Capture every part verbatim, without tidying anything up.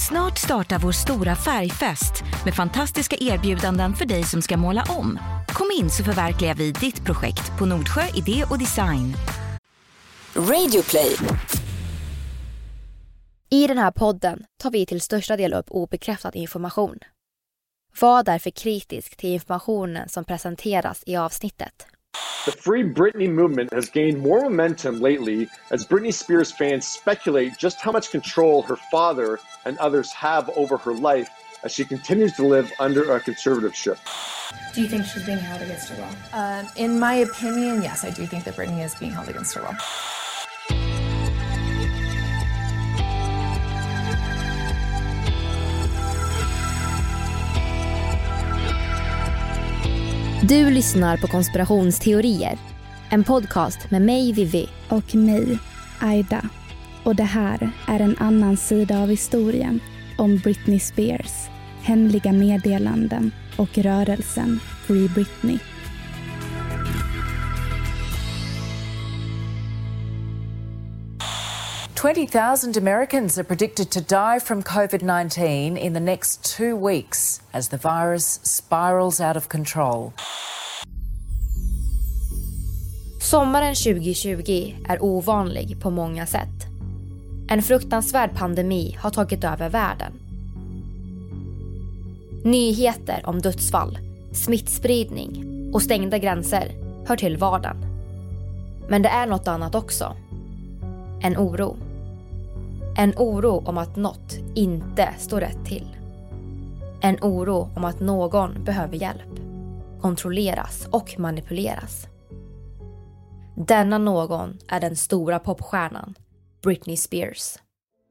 Snart startar vår stora färgfest med fantastiska erbjudanden för dig som ska måla om. Kom in så förverkligar vi ditt projekt på Nordsjö Idé och Design. Radioplay. I den här podden tar vi till största del upp obekräftad information. Var därför kritisk till informationen som presenteras i avsnittet. The Free Britney movement has gained more momentum lately as Britney Spears fans speculate just how much control her father and others have over her life as she continues to live under a conservatorship. Do you think she's being held against her will? Um, in my opinion, yes, I do think that Britney is being held against her will. Du lyssnar på Konspirationsteorier, en podcast med mig Vivi och mig Aida. Och det här är en annan sida av historien om Britney Spears, hemliga meddelanden och rörelsen Free Britney. twenty thousand Americans are predicted to die from covid nineteen in the next two weeks as the virus spirals out of control. Sommaren tjugo tjugo är ovanlig på många sätt. En fruktansvärd pandemi har tagit över världen. Nyheter om dödsfall, smittspridning och stängda gränser hör till vardagen. Men det är något annat också. En oro. En oro om att något inte står rätt till. En oro om att någon behöver hjälp, kontrolleras och manipuleras. Denna någon är den stora popstjärnan Britney Spears.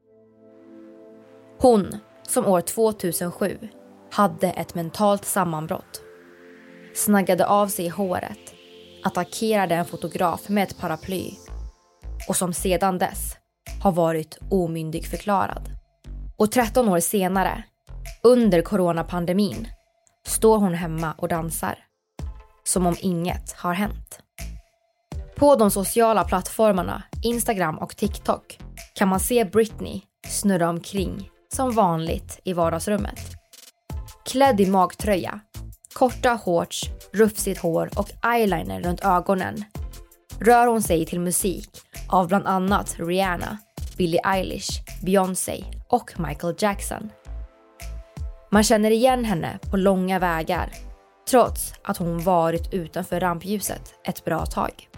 Hon som år tvåtusensju hade ett mentalt sammanbrott, snaggade av sig håret, attackerade en fotograf med ett paraply och som sedan dess har varit omyndigförklarad. Och tretton år senare, under coronapandemin, står hon hemma och dansar. Som om inget har hänt. På de sociala plattformarna Instagram och TikTok kan man se Britney snurra omkring som vanligt i vardagsrummet. Klädd i magtröja, korta shorts, rufsigt hår och eyeliner runt ögonen rör hon sig till musik av bland annat Rihanna, Billie Eilish, Beyoncé och Michael Jackson. Man känner igen henne på långa vägar, trots att hon varit utanför rampljuset ett bra tag.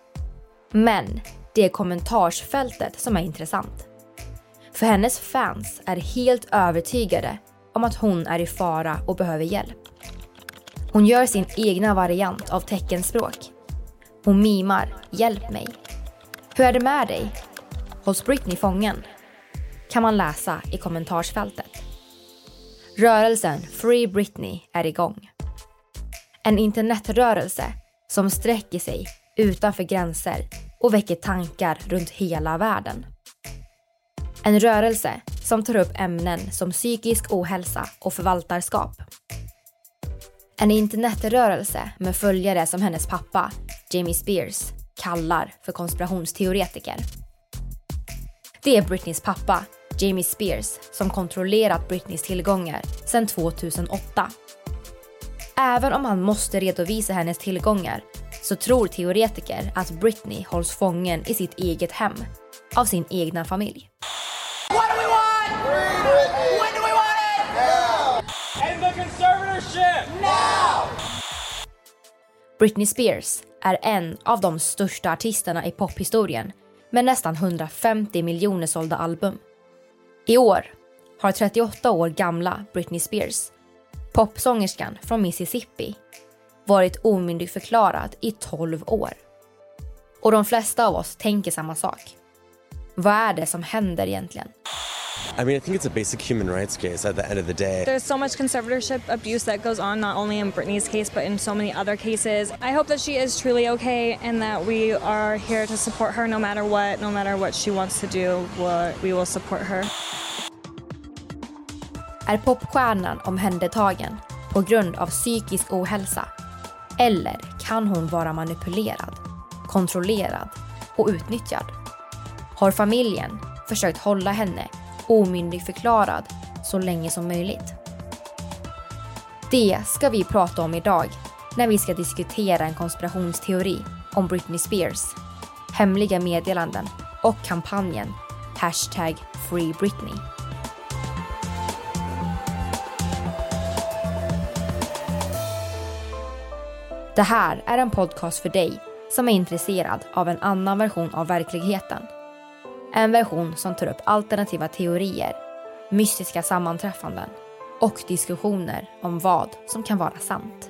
Men det är kommentarsfältet som är intressant. För hennes fans är helt övertygade om att hon är i fara och behöver hjälp. Hon gör sin egna variant av teckenspråk. Hon mimar, hjälp mig. Hur är det med dig? Hålls Britney fången? Kan man läsa i kommentarsfältet. Rörelsen Free Britney är igång. En internetrörelse som sträcker sig utanför gränser och väcker tankar runt hela världen. En rörelse som tar upp ämnen som psykisk ohälsa och förvaltarskap. En internetrörelse med följare som hennes pappa, Jamie Spears, kallar för konspirationsteoretiker. Det är Britneys pappa, Jamie Spears, som kontrollerat Britneys tillgångar sedan tvåtusenåtta. Även om han måste redovisa hennes tillgångar så tror teoretiker att Britney hålls fången i sitt eget hem av sin egna familj. What do we want? When do we want it? Now! And the conservatorship! Now! Britney Spears är en av de största artisterna i pophistorien med nästan hundrafemtio miljoner sålda album. I år har trettioåtta år gamla Britney Spears, popsångerskan från Mississippi, varit omyndigförklarad i tolv år. Och de flesta av oss tänker samma sak. Vad är det som händer egentligen? I mean, I think it's a basic human rights case at the end of the day. There's so much conservatorship abuse that goes on, not only in Britney's case, but in so many other cases. I hope that she is truly okay and that we are here to support her no matter what, no matter what she wants to do, we will support her. Är popstjärnan omhändertagen på grund av psykisk ohälsa? Eller kan hon vara manipulerad, kontrollerad och utnyttjad? Har familjen försökt hålla henne omyndigförklarad så länge som möjligt. Det ska vi prata om idag när vi ska diskutera en konspirationsteori om Britney Spears, hemliga meddelanden och kampanjen hashtag Free Britney. Det här är en podcast för dig som är intresserad av en annan version av verkligheten. En version som tar upp alternativa teorier, mystiska sammanträffanden och diskussioner om vad som kan vara sant.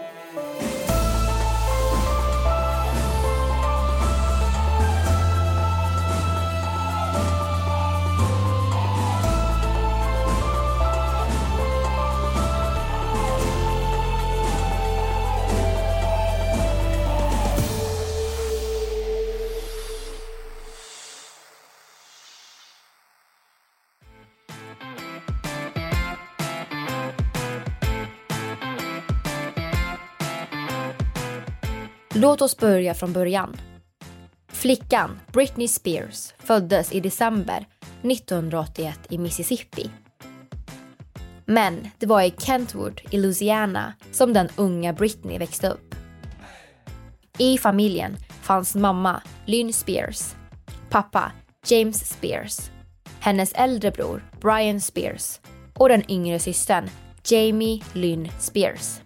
Låt oss börja från början. Flickan Britney Spears föddes i december nittonhundraåttioett i Mississippi. Men det var i Kentwood i Louisiana som den unga Britney växte upp. I familjen fanns mamma Lynn Spears, pappa James Spears, hennes äldre bror Brian Spears och den yngre systern Jamie Lynn Spears.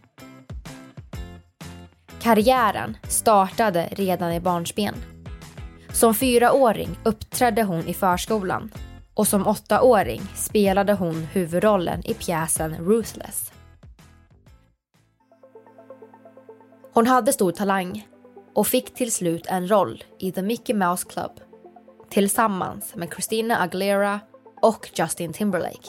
Karriären startade redan i barnsben. Som fyraåring uppträdde hon i förskolan och som åttaåring spelade hon huvudrollen i pjäsen Ruthless. Hon hade stor talang och fick till slut en roll i The Mickey Mouse Club tillsammans med Christina Aguilera och Justin Timberlake.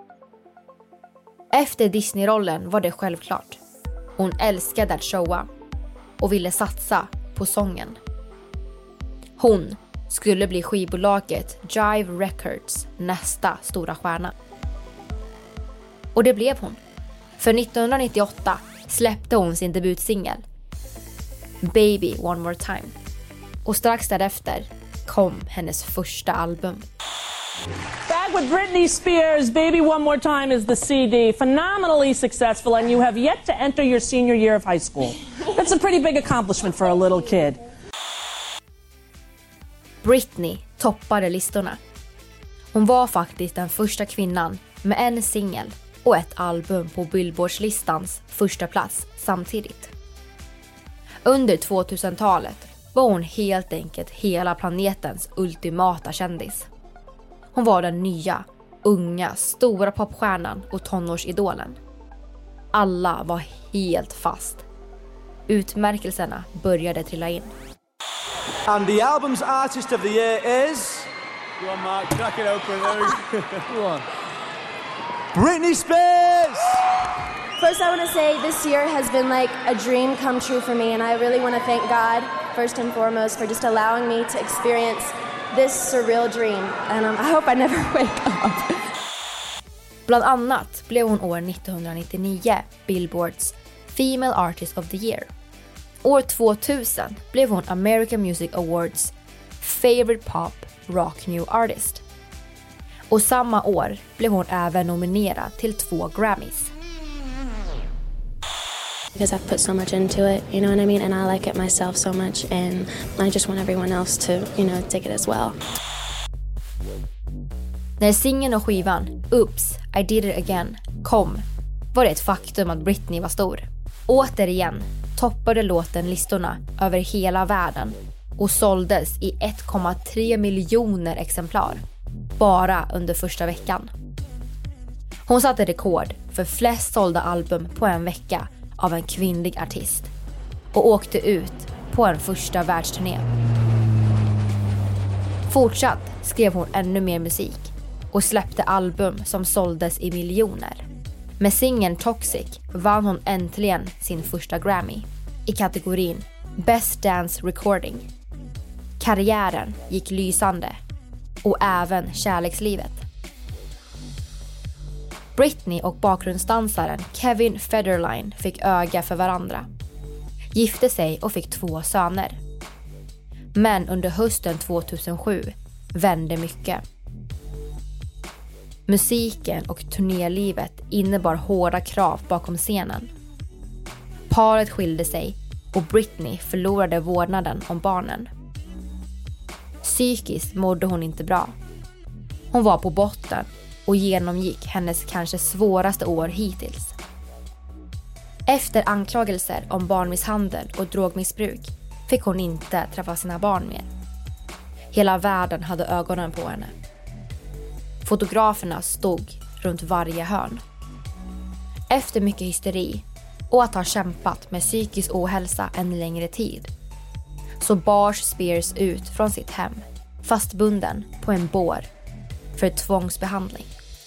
Efter Disney-rollen var det självklart. Hon älskade att showa och ville satsa på sången. Hon skulle bli skivbolaget Jive Records nästa stora stjärna. Och det blev hon. För nittonhundranittioåtta släppte hon sin debutsingel Baby One More Time. Och strax därefter kom hennes första album. Back with Britney Spears, Baby One More Time is the C D. Phenomenally successful, and you have yet to enter your senior year of high school. That's a pretty big accomplishment for a little kid. Britney toppade listorna. Hon var faktiskt den första kvinnan med en singel och ett album på Billboardslistans första plats samtidigt. Under tvåtusentalet var hon helt enkelt hela planetens ultimata kändis. Hon var den nya, unga, stora popstjärnan och tonårsidolen. Alla var helt fast. Utmärkelserna började trilla in. And the album's artist of the year is... Go on, Mark, crack it open. Go on. Britney Spears! First, I want to say this year has been like a dream come true for me, and I really want to thank God, first and foremost, for just allowing me to experience this surreal dream, and um, I hope I never wake up. Bland annat blev hon år nittonhundranittionio Billboards Female Artist of the Year. År tvåtusen blev hon American Music Awards Favorite Pop Rock New Artist. Och samma år blev hon även nominerad till två Grammys. Because I've put so much into it, you know what I mean? And I like it myself so much, and I just want everyone else to, you know, take it as well. När singeln och skivan Oops, I Did It Again kom var det ett faktum att Britney var stor. Återigen toppade låten listorna över hela världen och såldes i ett komma tre miljoner exemplar bara under första veckan. Hon satte rekord för flest sålda album på en vecka av en kvinnlig artist och åkte ut på en första världsturné. Fortsatt skrev hon ännu mer musik och släppte album som såldes i miljoner. Med singeln Toxic vann hon äntligen sin första Grammy i kategorin Best Dance Recording. Karriären gick lysande och även kärlekslivet. Britney och bakgrundsdansaren Kevin Federline fick öga för varandra. Gifte sig och fick två söner. Men under hösten tvåtusensju vände mycket. Musiken och turnélivet innebar hårda krav bakom scenen. Paret skilde sig och Britney förlorade vårdnaden om barnen. Psykiskt mådde hon inte bra. Hon var på botten och genomgick hennes kanske svåraste år hittills. Efter anklagelser om barnmisshandel och drogmissbruk fick hon inte träffa sina barn mer. Hela världen hade ögonen på henne. Fotograferna stod runt varje hörn. Efter mycket hysteri och att ha kämpat med psykisk ohälsa en längre tid så bars Spears ut från sitt hem fastbunden på en bår för tvångsbehandling.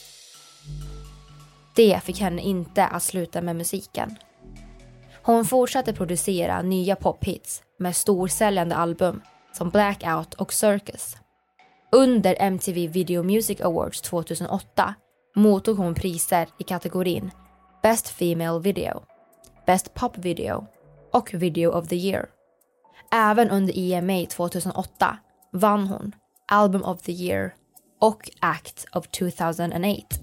Det fick henne inte att sluta med musiken. Hon fortsatte producera nya pophits med storsäljande album som Blackout och Circus. Under M T V Video Music Awards tjugohundraåtta mottog hon priser i kategorin Best Female Video, Best Pop Video och Video of the Year. Även under E M A tjugohundraåtta vann hon Album of the Year och Act of tjugohundraåtta.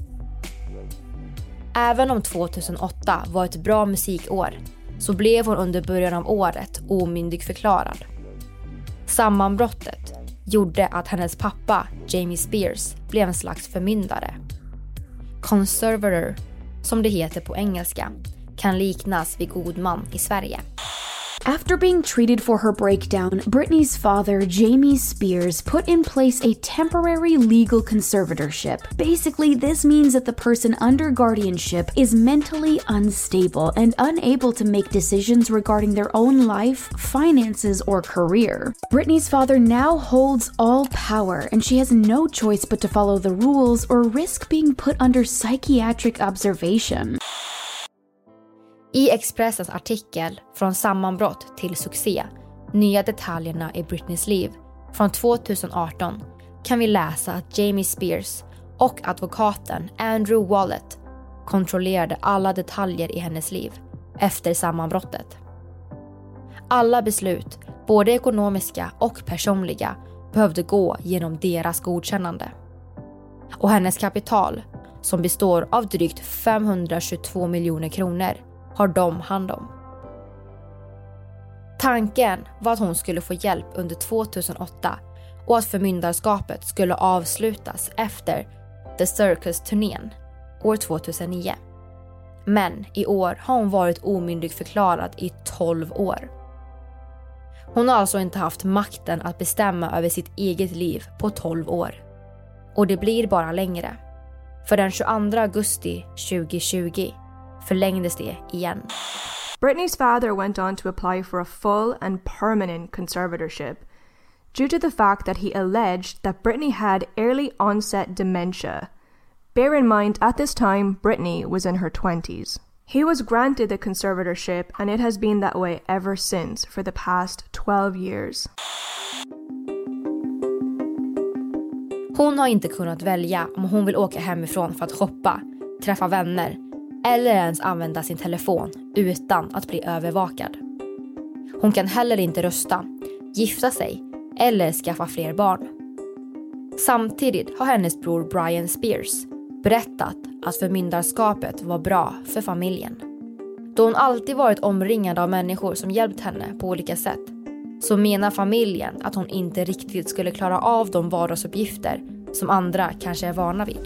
Även om tjugohundraåtta var ett bra musikår så blev hon under början av året omyndigförklarad. Sammanbrottet gjorde att hennes pappa, Jamie Spears, blev en slags förmyndare. Conservator, som det heter på engelska, kan liknas vid god man i Sverige. After being treated for her breakdown, Britney's father, Jamie Spears, put in place a temporary legal conservatorship. Basically, this means that the person under guardianship is mentally unstable and unable to make decisions regarding their own life, finances, or career. Britney's father now holds all power, and she has no choice but to follow the rules or risk being put under psychiatric observation. I Expressens artikel Från sammanbrott till succé, nya detaljerna i Britneys liv från tjugoarton kan vi läsa att Jamie Spears och advokaten Andrew Wallet kontrollerade alla detaljer i hennes liv efter sammanbrottet. Alla beslut, både ekonomiska och personliga, behövde gå genom deras godkännande. Och hennes kapital, som består av drygt femhundratjugotvå miljoner kronor, har de hand om. Tanken var att hon skulle få hjälp under tjugohundraåtta och att förmyndarskapet skulle avslutas efter The Circus-turnén år tjugohundranio. Men i år har hon varit omyndigförklarad i tolv år. Hon har alltså inte haft makten att bestämma över sitt eget liv på tolv år. Och det blir bara längre. För den tjugoandra augusti tjugohundratjugo förlängdes det igen. Britney's father went on to apply for a full and permanent conservatorship due to the fact that he alleged that Britney had early onset dementia. Bear in mind, at this time, Britney was in her twenties. He was granted the conservatorship, and it has been that way ever since for the past twelve years. Hon har inte kunnat välja om hon vill åka hemifrån för att shoppa, träffa vänner eller ens använda sin telefon utan att bli övervakad. Hon kan heller inte rösta, gifta sig eller skaffa fler barn. Samtidigt har hennes bror Brian Spears berättat att förmyndarskapet var bra för familjen. Då hon alltid varit omringad av människor som hjälpt henne på olika sätt, så menar familjen att hon inte riktigt skulle klara av de vardagsuppgifter som andra kanske är vana vid.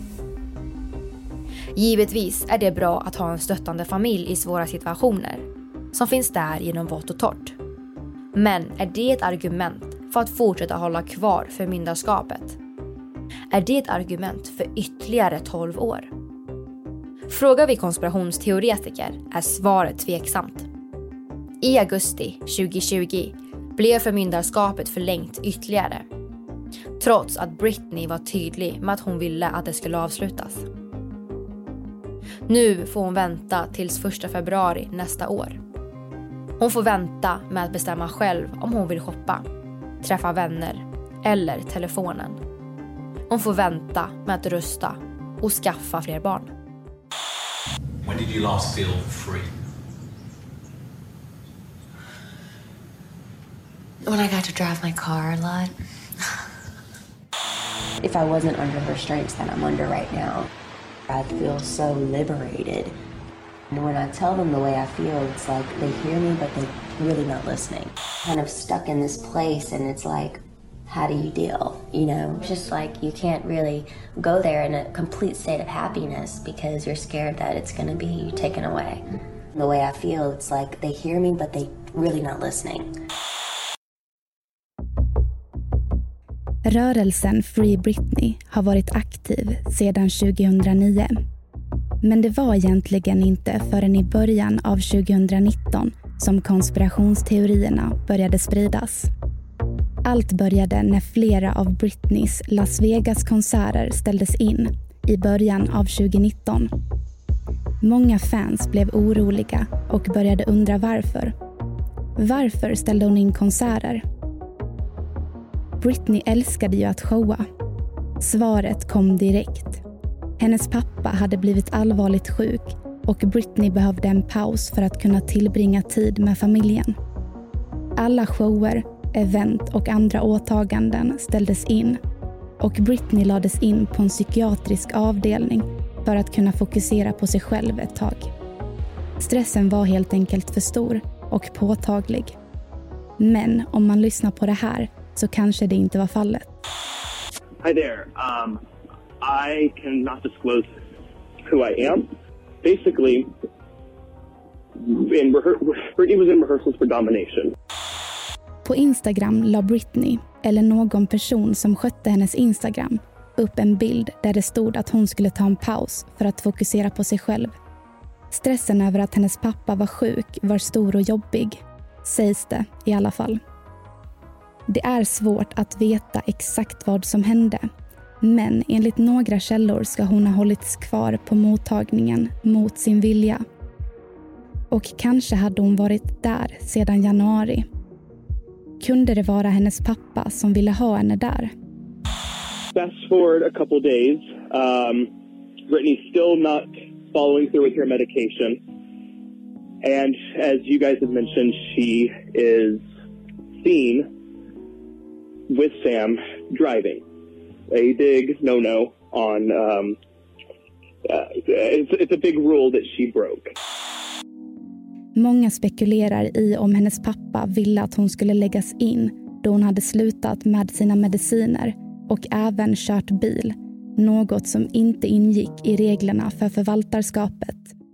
Givetvis är det bra att ha en stöttande familj i svåra situationer som finns där genom vått och torrt. Men är det ett argument för att fortsätta hålla kvar förmyndarskapet? Är det ett argument för ytterligare tolv år? Frågar vi konspirationsteoretiker är svaret tveksamt. I augusti tjugohundratjugo blev förmyndarskapet förlängt ytterligare, trots att Britney var tydlig med att hon ville att det skulle avslutas. Nu får hon vänta tills första februari nästa år. Hon får vänta med att bestämma själv om hon vill shoppa, träffa vänner eller telefonen. Hon får vänta med att rösta och skaffa fler barn. When did you last feel free? When I got to drive my car a lot. If I wasn't under her strengths that I'm under right now, I feel so liberated. And when I tell them the way I feel, it's like they hear me, but they're really not listening. Kind of stuck in this place, and it's like, how do you deal? You know, just like you can't really go there in a complete state of happiness because you're scared that it's going to be taken away. The way I feel, it's like they hear me, but they really not listening. Rörelsen Free Britney har varit aktiv sedan tjugohundranio. Men det var egentligen inte förrän i början av tjugohundranitton som konspirationsteorierna började spridas. Allt började när flera av Britneys Las Vegas-konserter ställdes in i början av tjugonitton. Många fans blev oroliga och började undra varför. Varför ställde hon in konserter? Britney älskade ju att showa. Svaret kom direkt. Hennes pappa hade blivit allvarligt sjuk och Britney behövde en paus för att kunna tillbringa tid med familjen. Alla shower, event och andra åtaganden ställdes in och Britney lades in på en psykiatrisk avdelning för att kunna fokusera på sig själv ett tag. Stressen var helt enkelt för stor och påtaglig. Men om man lyssnar på det här så kanske det inte var fallet. Hi there. Um, I cannot disclose who I am. Basically, in rehe- Britney was in rehearsals for domination. På Instagram la Britney, eller någon person som skötte hennes Instagram, upp en bild där det stod att hon skulle ta en paus för att fokusera på sig själv. Stressen över att hennes pappa var sjuk var stor och jobbig, sägs det i alla fall. Det är svårt att veta exakt vad som hände, men enligt några källor ska hon ha hållits kvar på mottagningen mot sin vilja. Och kanske hade hon varit där sedan januari. Kunde det vara hennes pappa som ville ha henne där? Fast forward a couple days, um, Britney's still not following through with her medication. And as you guys have mentioned, she is seen with Sam driving. A big no-no on, um, uh, it's, it's a big rule that she broke. Många spekulerar i om hennes pappa ville att hon skulle läggas in då hon hade slutat med sina mediciner och även kört bil, något som inte ingick i reglerna för förvaltarskapet.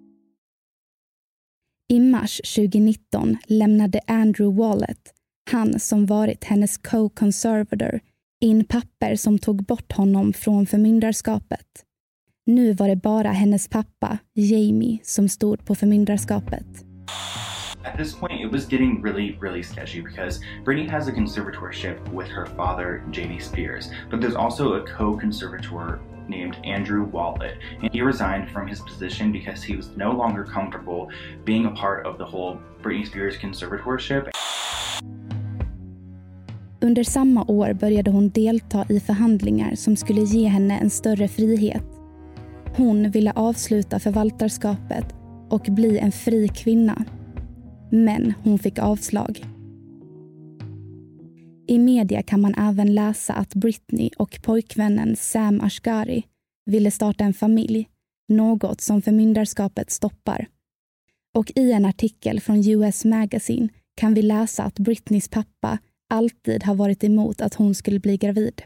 I mars tjugonitton lämnade Andrew Wallet, han som varit hennes co-conservator, in papper som tog bort honom från förmyndarskapet. Nu var det bara hennes pappa, Jamie, som stod på förmyndarskapet. At this point, it was getting really, really sketchy because Britney has a conservatorship with her father, Jamie Spears, but there's also a co-conservator named Andrew Wallet, and he resigned from his position because he was no longer comfortable being a part of the whole Britney Spears conservatorship. Under samma år började hon delta i förhandlingar som skulle ge henne en större frihet. Hon ville avsluta förvaltarskapet och bli en fri kvinna. Men hon fick avslag. I media kan man även läsa att Britney och pojkvännen Sam Asghari ville starta en familj, något som förmyndarskapet stoppar. Och i en artikel från U S Magazine kan vi läsa att Britneys pappa alltid har varit emot att hon skulle bli gravid.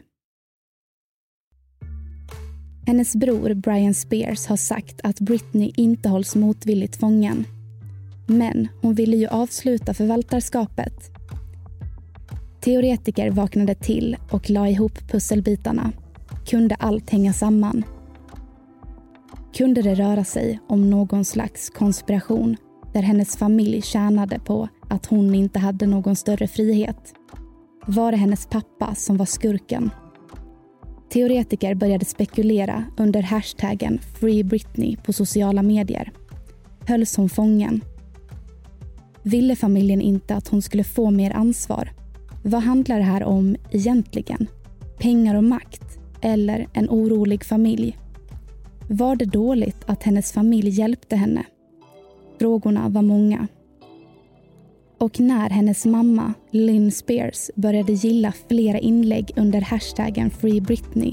Hennes bror Brian Spears har sagt att Britney inte hålls motvilligt fången. Men hon ville ju avsluta förvaltarskapet. Teoretiker vaknade till och la ihop pusselbitarna. Kunde allt hänga samman? Kunde det röra sig om någon slags konspiration där hennes familj tjänade på att hon inte hade någon större frihet? Var det hennes pappa som var skurken? Teoretiker började spekulera under hashtaggen Free Britney på sociala medier. Hölls hon fången? Ville familjen inte att hon skulle få mer ansvar? Vad handlar det här om egentligen? Pengar och makt? Eller en orolig familj? Var det dåligt att hennes familj hjälpte henne? Frågorna var många. Och när hennes mamma, Lynn Spears, började gilla flera inlägg under hashtaggen Free Britney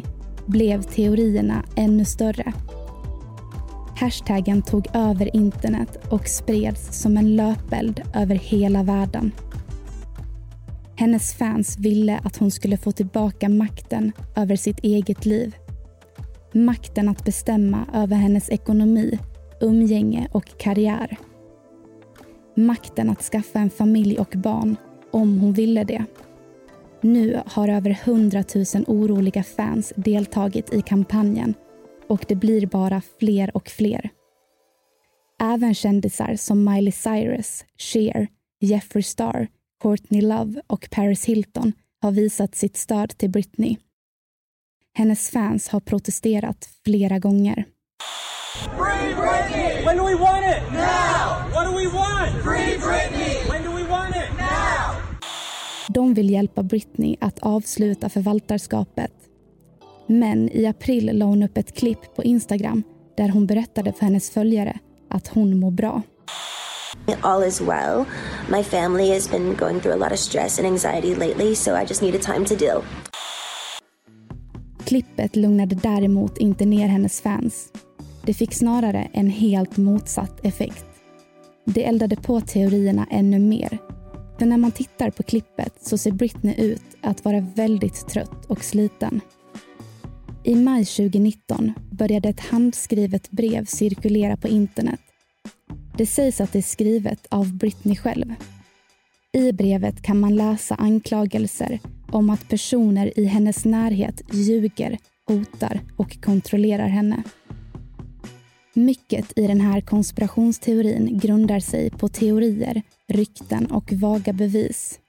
blev teorierna ännu större. Hashtaggen tog över internet och spreds som en löpeld över hela världen. Hennes fans ville att hon skulle få tillbaka makten över sitt eget liv. Makten att bestämma över hennes ekonomi, umgänge och karriär. Makten att skaffa en familj och barn om hon ville det. Nu har över hundratusen oroliga fans deltagit i kampanjen och det blir bara fler och fler. Även kändisar som Miley Cyrus, Cher, Jeffree Star, Courtney Love och Paris Hilton har visat sitt stöd till Britney. Hennes fans har protesterat flera gånger. Free Britney! When do we want it? Now! What do we want? Free Britney! When do we want it? Now! De vill hjälpa Britney att avsluta förvaltarskapet. Men i april la hon upp ett klipp på Instagram där hon berättade för hennes följare att hon mår bra. All is well. My family has been going through a lot of stress and anxiety lately, so I just needed time to deal. Klippet lugnade däremot inte ner hennes fans. Det fick snarare en helt motsatt effekt. Det eldade på teorierna ännu mer. För när man tittar på klippet så ser Britney ut att vara väldigt trött och sliten. I maj tjugonitton började ett handskrivet brev cirkulera på internet. Det sägs att det är skrivet av Britney själv. I brevet kan man läsa anklagelser om att personer i hennes närhet ljuger, hotar och kontrollerar henne. Mycket i den här konspirationsteorin grundar sig på teorier, rykten och vaga bevis.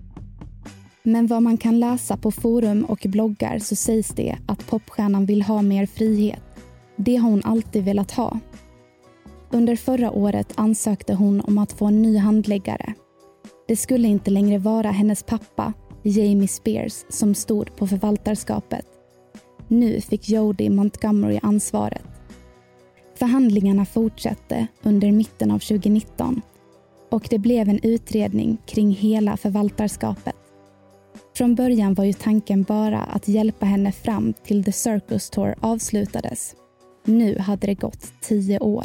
Men vad man kan läsa på forum och bloggar så sägs det att popstjärnan vill ha mer frihet. Det har hon alltid velat ha. Under förra året ansökte hon om att få en ny handläggare. Det skulle inte längre vara hennes pappa, Jamie Spears, som stod på förvaltarskapet. Nu fick Jodie Montgomery ansvaret. Förhandlingarna fortsatte under mitten av tjugonitton och det blev en utredning kring hela förvaltarskapet. Från början var ju tanken bara att hjälpa henne fram till The Circus Tour avslutades. Nu hade det gått tio år.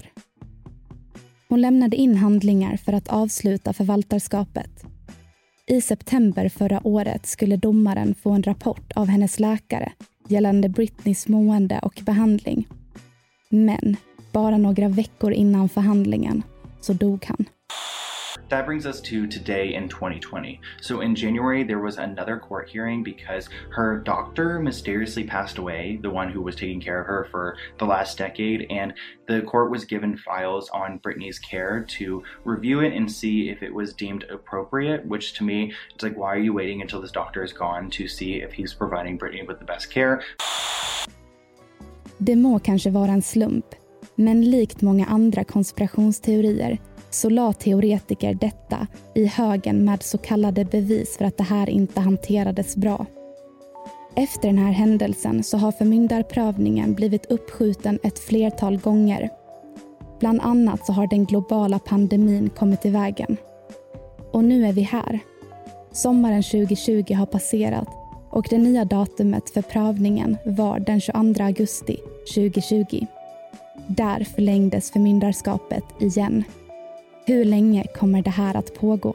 Hon lämnade in handlingar för att avsluta förvaltarskapet. I september förra året skulle domaren få en rapport av hennes läkare gällande Britneys mående och behandling. Men bara några veckor innan förhandlingen så dog han. That brings us to today in twenty twenty. So in January, there was another court hearing because her doctor mysteriously passed away, the one who was taking care of her for the last decade, and the court was given files on Britney's care to review it and see if it was deemed appropriate, which to me, it's like, why are you waiting until this doctor is gone to see if he's providing Britney with the best care? Det må kanske vara en slump, men likt många andra konspirationsteorier så la teoretiker detta i högen med så kallade bevis för att det här inte hanterades bra. Efter den här händelsen så har förmyndarprövningen blivit uppskjuten ett flertal gånger. Bland annat så har den globala pandemin kommit i vägen. Och nu är vi här. Sommaren tjugohundratjugo har passerat och det nya datumet för prövningen var den tjugoandra augusti tjugohundratjugo. Där förlängdes förmyndarskapet igen. Hur länge kommer det här att pågå?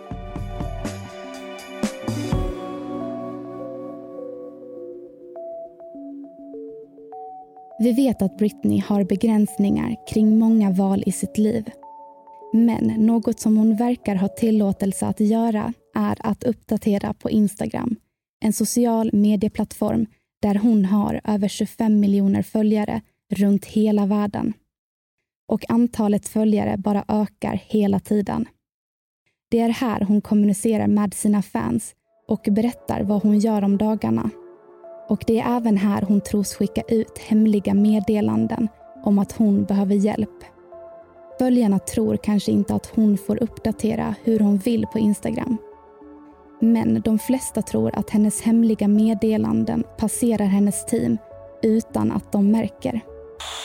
Vi vet att Britney har begränsningar kring många val i sitt liv. Men något som hon verkar ha tillåtelse att göra är att uppdatera på Instagram, en social medieplattform där hon har över tjugofem miljoner följare runt hela världen. Och antalet följare bara ökar hela tiden. Det är här hon kommunicerar med sina fans och berättar vad hon gör om dagarna. Och det är även här hon tros skicka ut hemliga meddelanden om att hon behöver hjälp. Följarna tror kanske inte att hon får uppdatera hur hon vill på Instagram. Men de flesta tror att hennes hemliga meddelanden passerar hennes team utan att de märker.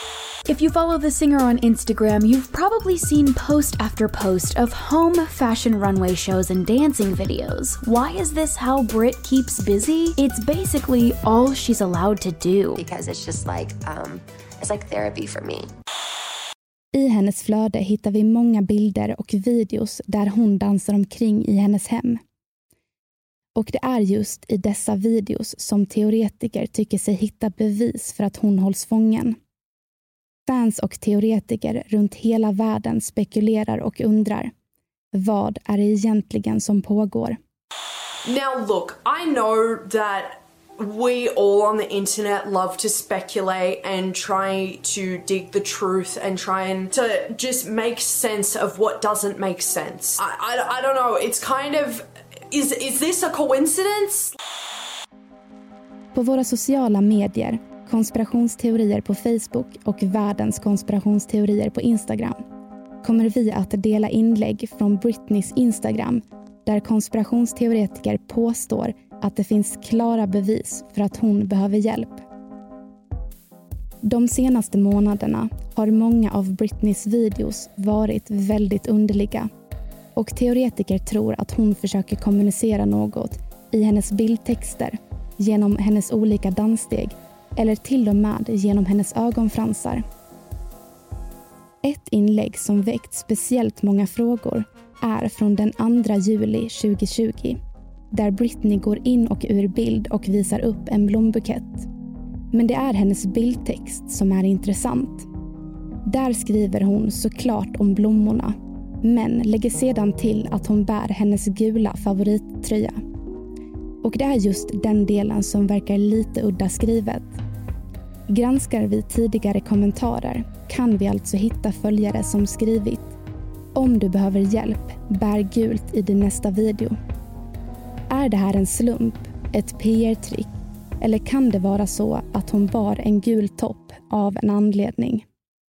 If you follow the singer on Instagram, you've probably seen post after post of home fashion runway shows and dancing videos. Why is this how Brit keeps busy? It's basically all she's allowed to do. Because it's just like, um, it's like therapy for me. I hennes flöde hittar vi många bilder och videos där hon dansar omkring i hennes hem. Och det är just i dessa videos som teoretiker tycker sig hitta bevis för att hon hålls fången. Fans och teoretiker runt hela världen spekulerar och undrar, vad är det egentligen som pågår? Now look, I know that we all on the internet love to speculate and try to dig the truth and try and to just make sense of what doesn't make sense. I, I, I don't know, it's kind of, is, is this a coincidence? På våra sociala medier, konspirationsteorier på Facebook och världens konspirationsteorier på Instagram, kommer vi att dela inlägg från Britneys Instagram där konspirationsteoretiker påstår att det finns klara bevis för att hon behöver hjälp. De senaste månaderna har många av Britneys videos varit väldigt underliga och teoretiker tror att hon försöker kommunicera något i hennes bildtexter genom hennes olika danssteg eller till och med genom hennes ögonfransar. Ett inlägg som väckt speciellt många frågor är från den andra juli tjugohundratjugo där Britney går in och ur bild och visar upp en blombukett. Men det är hennes bildtext som är intressant. Där skriver hon såklart om blommorna, men lägger sedan till att hon bär hennes gula favorittröja. Och det är just den delen som verkar lite udda skrivet. Granskar vi tidigare kommentarer kan vi alltså hitta följare som skrivit: om du behöver hjälp, bär gult i din nästa video. Är det här en slump, ett P R-trick, eller kan det vara så att hon bar en gul topp av en anledning?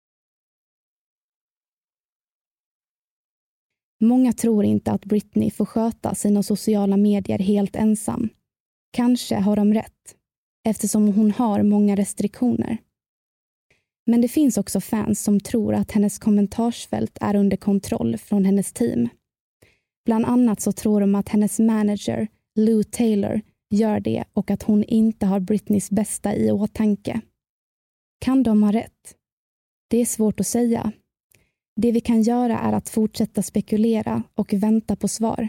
Många tror inte att Britney får sköta sina sociala medier helt ensam. Kanske har de rätt, eftersom hon har många restriktioner. Men det finns också fans som tror att hennes kommentarsfält är under kontroll från hennes team. Bland annat så tror de att hennes manager, Lou Taylor, gör det och att hon inte har Britneys bästa i åtanke. Kan de ha rätt? Det är svårt att säga. Det vi kan göra är att fortsätta spekulera och vänta på svar.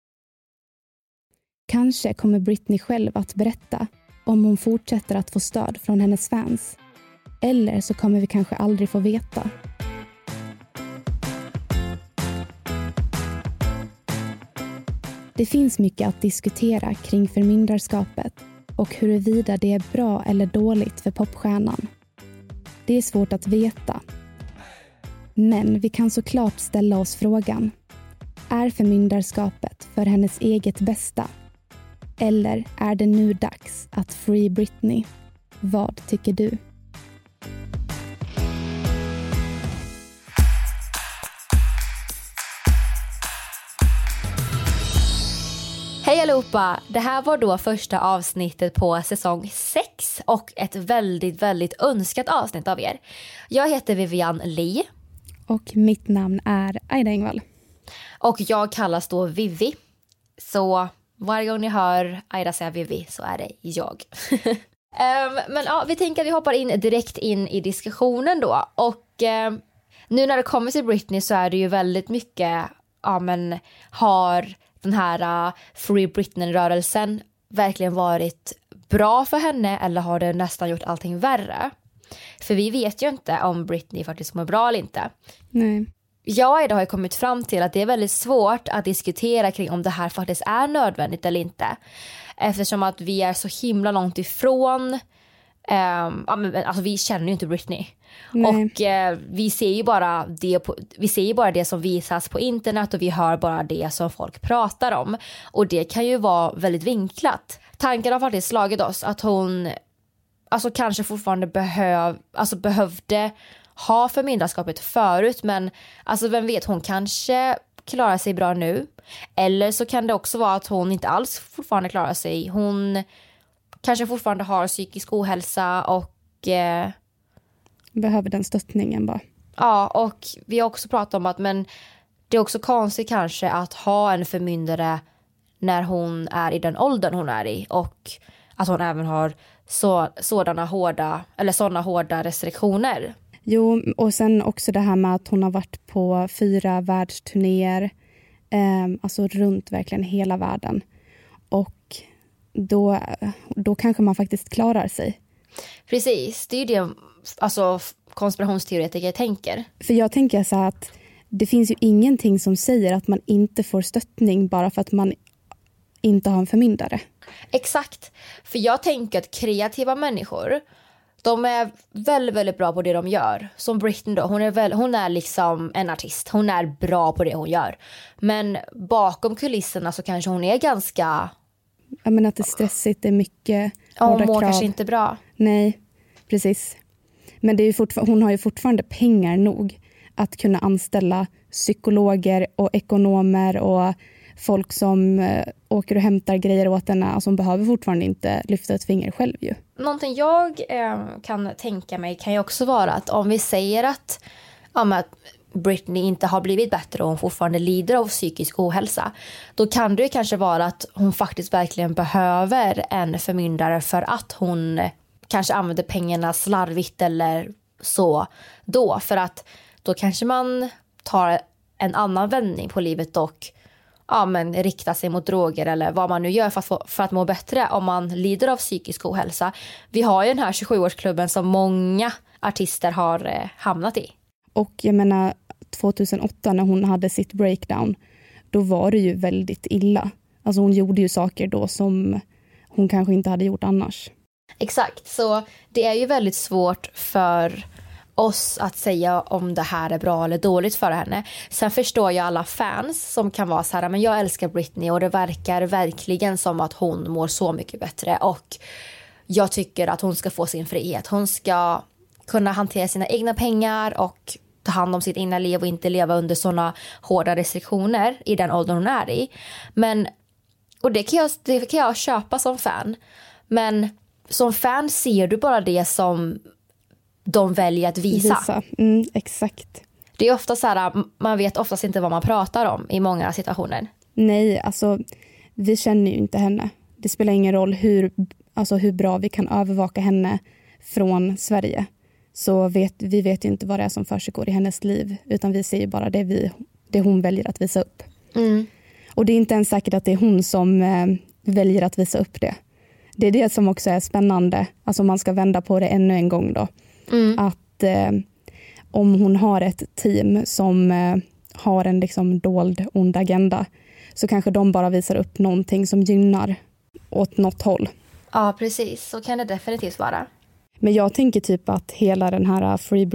Kanske kommer Britney själv att berätta om hon fortsätter att få stöd från hennes fans. Eller så kommer vi kanske aldrig få veta. Det finns mycket att diskutera kring förmyndarskapet och huruvida det är bra eller dåligt för popstjärnan. Det är svårt att veta. Men vi kan såklart ställa oss frågan: är förmyndarskapet för hennes eget bästa? Eller är det nu dags att free Britney? Vad tycker du? Hej allihopa! Det här var då första avsnittet på säsong sex och ett väldigt, väldigt önskat avsnitt av er. Jag heter Vivian Lee. Och mitt namn är Aida Engvall. Och jag kallas då Vivi. Så varje gång ni hör Aida säga Vivi så är det jag. um, men ja, vi tänker att vi hoppar in direkt in i diskussionen då. Och um, nu när det kommer till Britney så är det ju väldigt mycket, ja men har den här uh, Free Britney-rörelsen verkligen varit bra för henne eller har det nästan gjort allting värre? För vi vet ju inte om Britney faktiskt mår bra eller inte. Nej. Jag idag har kommit fram till att det är väldigt svårt att diskutera kring om det här faktiskt är nödvändigt eller inte. Eftersom att vi är så himla långt ifrån. Um, alltså vi känner ju inte Britney. Nej. Och uh, vi ser ju bara det på, vi ser ju bara det som visas på internet och vi hör bara det som folk pratar om. Och det kan ju vara väldigt vinklat. Tanken har faktiskt slagit oss att hon alltså kanske fortfarande behöv, alltså behövde ha förmyndarskapet förut, men alltså vem vet, hon kanske klarar sig bra nu. Eller så kan det också vara att hon inte alls fortfarande klarar sig. Hon kanske fortfarande har psykisk ohälsa och eh... behöver den stöttningen bara. Ja, och vi har också pratat om att men det är också konstigt kanske att ha en förmyndare när hon är i den åldern hon är i. Och att hon även har så, sådana hårda, eller sådana hårda restriktioner. Jo, och sen också det här med att hon har varit på fyra världsturnéer. Eh, alltså runt verkligen hela världen. Och då, då kanske man faktiskt klarar sig. Precis, det är ju det alltså, konspirationsteoretiker tänker. För jag tänker så här att det finns ju ingenting som säger att man inte får stöttning bara för att man inte har en förmyndare. Exakt, för jag tänker att kreativa människor, de är väldigt, väldigt bra på det de gör. Som Britney då, hon är, väl, hon är liksom en artist. Hon är bra på det hon gör. Men bakom kulisserna så kanske hon är ganska... Jag menar att det är stressigt, det är mycket ja, hårda hon mår krav. Kanske inte bra. Nej, precis. Men det är ju fortfar- hon har ju fortfarande pengar nog att kunna anställa psykologer och ekonomer och folk som eh, åker och hämtar grejer åt henne. Alltså hon behöver fortfarande inte lyfta ett finger själv ju. Någonting jag eh, kan tänka mig kan ju också vara att om vi säger att, ja, att Britney inte har blivit bättre och hon fortfarande lider av psykisk ohälsa, då kan det ju kanske vara att hon faktiskt verkligen behöver en förmyndare för att hon kanske använder pengarna slarvigt eller så då. För att då kanske man tar en annan vändning på livet och ja, men riktar sig mot droger eller vad man nu gör för att, få, för att må bättre om man lider av psykisk ohälsa. Vi har ju den här tjugosjuårsklubben som många artister har eh, hamnat i. Och jag menar tjugohundraåtta när hon hade sitt breakdown, då var det ju väldigt illa. Alltså hon gjorde ju saker då som hon kanske inte hade gjort annars. Exakt, så det är ju väldigt svårt för oss att säga om det här är bra eller dåligt för henne. Sen förstår jag alla fans som kan vara så här, men jag älskar Britney och det verkar verkligen som att hon mår så mycket bättre och jag tycker att hon ska få sin frihet. Hon ska kunna hantera sina egna pengar och ta hand om sitt egna liv och inte leva under såna hårda restriktioner i den åldern hon är i. Men, och det kan jag, det kan jag köpa som fan. Men som fan ser du bara det som de väljer att visa. visa. Mm, exakt. Det är ofta så här, man vet oftast inte vad man pratar om i många situationer. Nej, alltså vi känner ju inte henne. Det spelar ingen roll hur, alltså, hur bra vi kan övervaka henne från Sverige. Så vet, vi vet ju inte vad det är som försiggår i hennes liv. Utan vi ser ju bara det, vi, det hon väljer att visa upp. Mm. Och det är inte ens säkert att det är hon som eh, väljer att visa upp det. Det är det som också är spännande. Alltså man ska vända på det ännu en gång då. Mm. Att eh, om hon har ett team som eh, har en liksom dold ond agenda, så kanske de bara visar upp någonting som gynnar åt något håll. Ja, precis. Så kan det definitivt vara. Men jag tänker typ att hela den här Free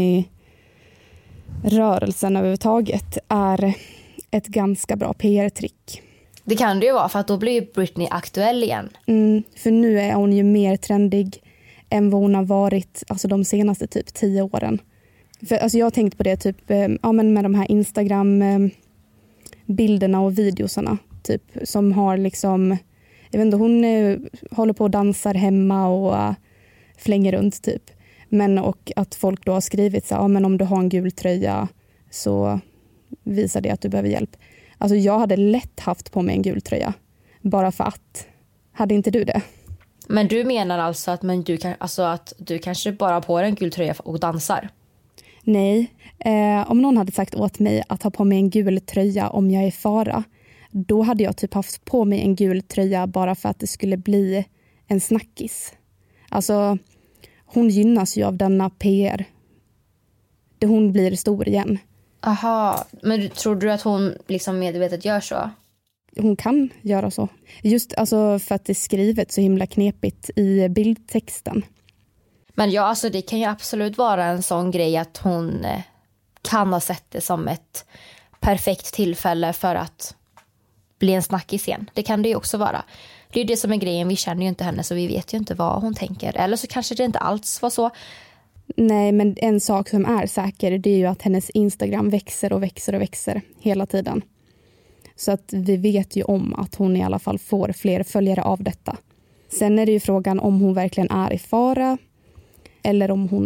Britney-rörelsen överhuvudtaget är ett ganska bra P R-trick. Det kan det ju vara, för att då blir Britney aktuell igen. Mm, för nu är hon ju mer trendig än vad hon har varit alltså de senaste typ tio åren. För, alltså jag har tänkt på det typ eh, ja, men med de här Instagram-bilderna eh, och videosarna typ, som har liksom, jag vet inte, hon eh, håller på och dansar hemma och uh, flänger runt typ. Men och att folk då har skrivit så här, ja, men om du har en gul tröja så visar det att du behöver hjälp. Alltså jag hade lätt haft på mig en gul tröja. Bara för att. Hade inte du det? Men du menar alltså att, men du, kan, alltså att du kanske bara har på dig en gul tröja och dansar? Nej. Eh, om någon hade sagt åt mig att ha på mig en gul tröja om jag är i fara, då hade jag typ haft på mig en gul tröja bara för att det skulle bli en snackis. Alltså hon gynnas ju av denna P R. Det hon blir stor igen. Aha, men tror du att hon liksom medvetet gör så? Hon kan göra så. Just alltså för att det är skrivet så himla knepigt i bildtexten. Men ja, alltså det kan ju absolut vara en sån grej att hon kan ha sett det som ett perfekt tillfälle för att bli en snackis igen. Det kan det ju också vara. Det är ju det som är grejen, vi känner ju inte henne så vi vet ju inte vad hon tänker. Eller så kanske det inte alls var så. Nej, men en sak som är säker, det är ju att hennes Instagram växer och växer och växer hela tiden. Så att vi vet ju om att hon i alla fall får fler följare av detta. Sen är det ju frågan om hon verkligen är i fara eller om hon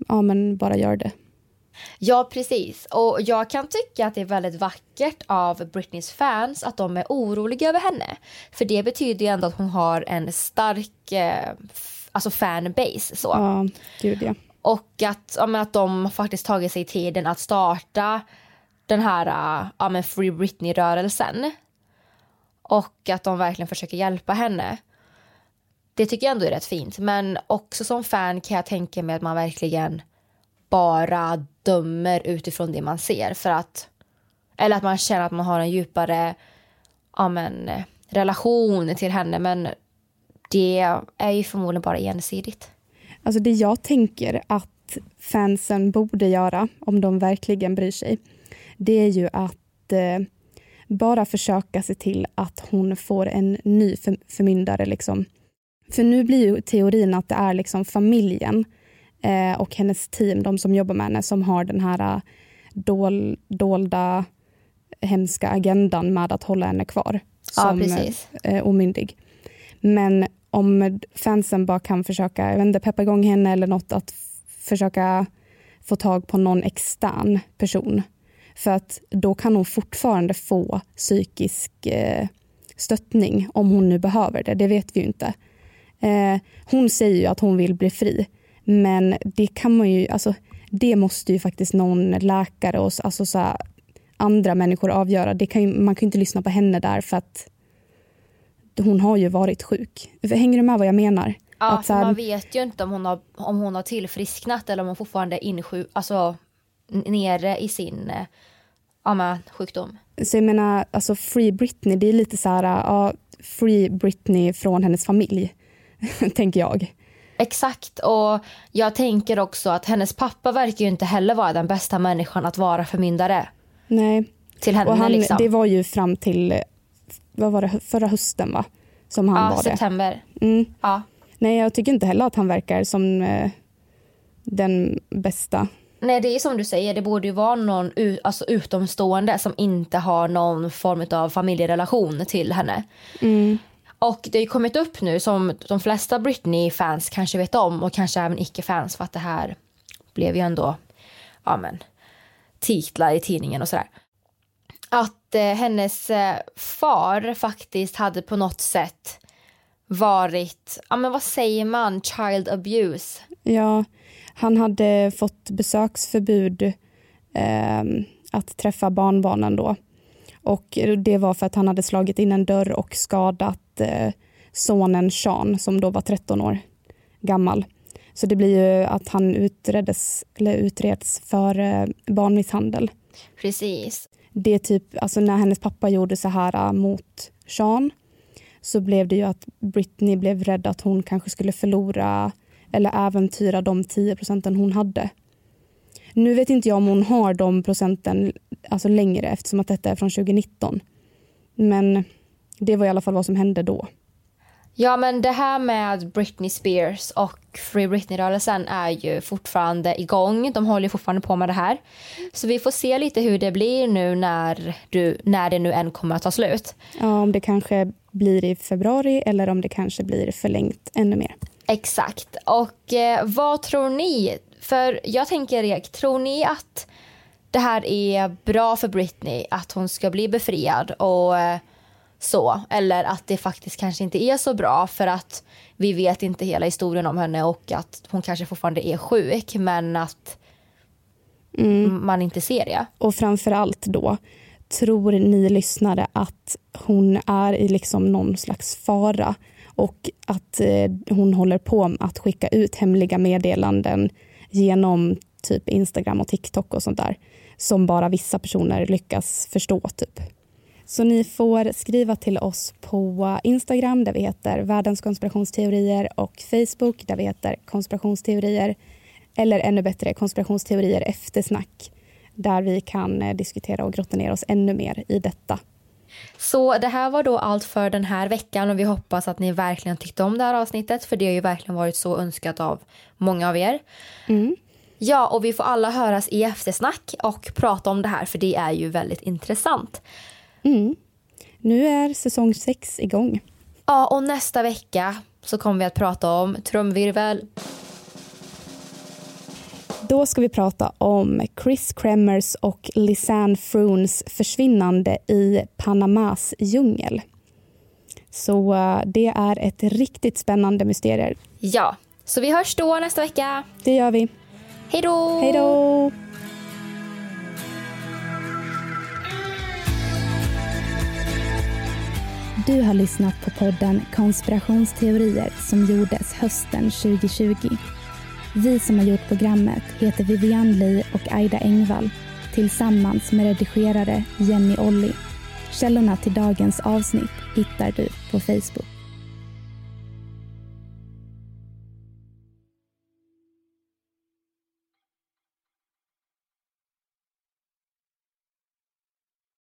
ja men bara gör det. Ja, precis. Och jag kan tycka att det är väldigt vackert av Britneys fans att de är oroliga över henne. För det betyder ju ändå att hon har en stark eh, f- alltså fanbase. Så. Ja, gud ja. Och att, ja, men att de faktiskt tagit sig tiden att starta den här ja, men Free Britney-rörelsen. Och att de verkligen försöker hjälpa henne. Det tycker jag ändå är rätt fint. Men också som fan kan jag tänka mig att man verkligen bara dömer utifrån det man ser. För att, eller att man känner att man har en djupare ja, men, relation till henne. Men det är ju förmodligen bara ensidigt. Alltså det jag tänker att fansen borde göra, om de verkligen bryr sig, det är ju att eh, bara försöka se till att hon får en ny för, förmyndare. Liksom. För nu blir ju teorin att det är liksom familjen eh, och hennes team, de som jobbar med henne, som har den här dol, dolda, hemska agendan med att hålla henne kvar som ja, eh, omyndig. Men om fansen bara kan försöka, jag vet inte, peppa igång henne eller något, att f- försöka få tag på någon extern person. För att då kan hon fortfarande få psykisk eh, stöttning om hon nu behöver det. Det vet vi ju inte. Eh, hon säger ju att hon vill bli fri. Men det kan man ju, alltså det måste ju faktiskt någon läkare och alltså så här, andra människor avgöra. Det kan ju, man kan ju inte lyssna på henne där för att hon har ju varit sjuk. Hänger du med vad jag menar? Ja, att, för man vet ju inte om hon har, om hon har tillfrisknat eller om hon fortfarande är insjuk, alltså nere i sin ja, med sjukdom. Så jag menar, alltså Free Britney, det är lite så här, ja, Free Britney från hennes familj, tänker jag. Exakt, och jag tänker också att hennes pappa verkar ju inte heller vara den bästa människan att vara förmyndare. Nej. Till henne, och han, liksom. Det var ju fram till, vad var det, förra hösten va? Som han ja, var september. det. Mm. Ja. Nej, jag tycker inte heller att han verkar som eh, den bästa. Nej, det är som du säger, det borde ju vara någon u- alltså utomstående som inte har någon form av familjerelation till henne. Mm. Och det har ju kommit upp nu som de flesta Britney-fans kanske vet om, och kanske även icke-fans, för att det här blev ju ändå ja, men, titlar i tidningen och sådär. Att eh, hennes eh, far faktiskt hade på något sätt varit, ja men vad säger man, child abuse. Ja, han hade fått besöksförbud eh, att träffa barnbarnen då. Och det var för att han hade slagit in en dörr och skadat eh, sonen Sean som då var tretton år gammal. Så det blir ju att han utreddes, eller utreds för eh, barnmisshandel. Precis. Det är typ, alltså när hennes pappa gjorde så här mot Sean, så blev det ju att Britney blev rädd att hon kanske skulle förlora eller äventyra de tio procenten hon hade. Nu vet inte jag om hon har de procenten alltså längre, eftersom att detta är från tjugonitton. Men det var i alla fall vad som hände då. Ja, men det här med Britney Spears och Free Britney-rörelsen är ju fortfarande igång. De håller ju fortfarande på med det här. Så vi får se lite hur det blir nu när, du, när det nu än kommer att ta slut. Ja, om det kanske blir i februari eller om det kanske blir förlängt ännu mer. Exakt. Och eh, vad tror ni? För jag tänker, Erik, tror ni att det här är bra för Britney? Att hon ska bli befriad och eh, så? Eller att det faktiskt kanske inte är så bra för att vi vet inte hela historien om henne och att hon kanske fortfarande är sjuk, men att mm. man inte ser det. Och framförallt då, tror ni lyssnare att hon är i liksom någon slags fara och att eh, hon håller på att skicka ut hemliga meddelanden genom typ Instagram och TikTok och sånt där som bara vissa personer lyckas förstå typ? Så ni får skriva till oss på Instagram där vi heter Världens konspirationsteorier och Facebook där vi heter konspirationsteorier, eller ännu bättre konspirationsteorier eftersnack, där vi kan diskutera och grotta ner oss ännu mer i detta. Så det här var då allt för den här veckan och vi hoppas att ni verkligen tyckte om det här avsnittet, för det har ju verkligen varit så önskat av många av er. Mm. Ja, och vi får alla höras i eftersnack och prata om det här, för det är ju väldigt intressant. Mm. Nu är säsong sex igång. Ja, och nästa vecka så kommer vi att prata om trumvirvel. Då ska vi prata om Chris Kremers och Lisanne Froons försvinnande i Panamas djungel. Så uh, det är ett riktigt spännande mysterium. Ja, så vi hörs då nästa vecka. Det gör vi. Hej då! Hej då! Du har lyssnat på podden Konspirationsteorier som gjordes hösten tjugo tjugo. Vi som har gjort programmet heter Vivian Lee och Aida Engvall tillsammans med redigerare Jenny Olli. Källorna till dagens avsnitt hittar du på Facebook.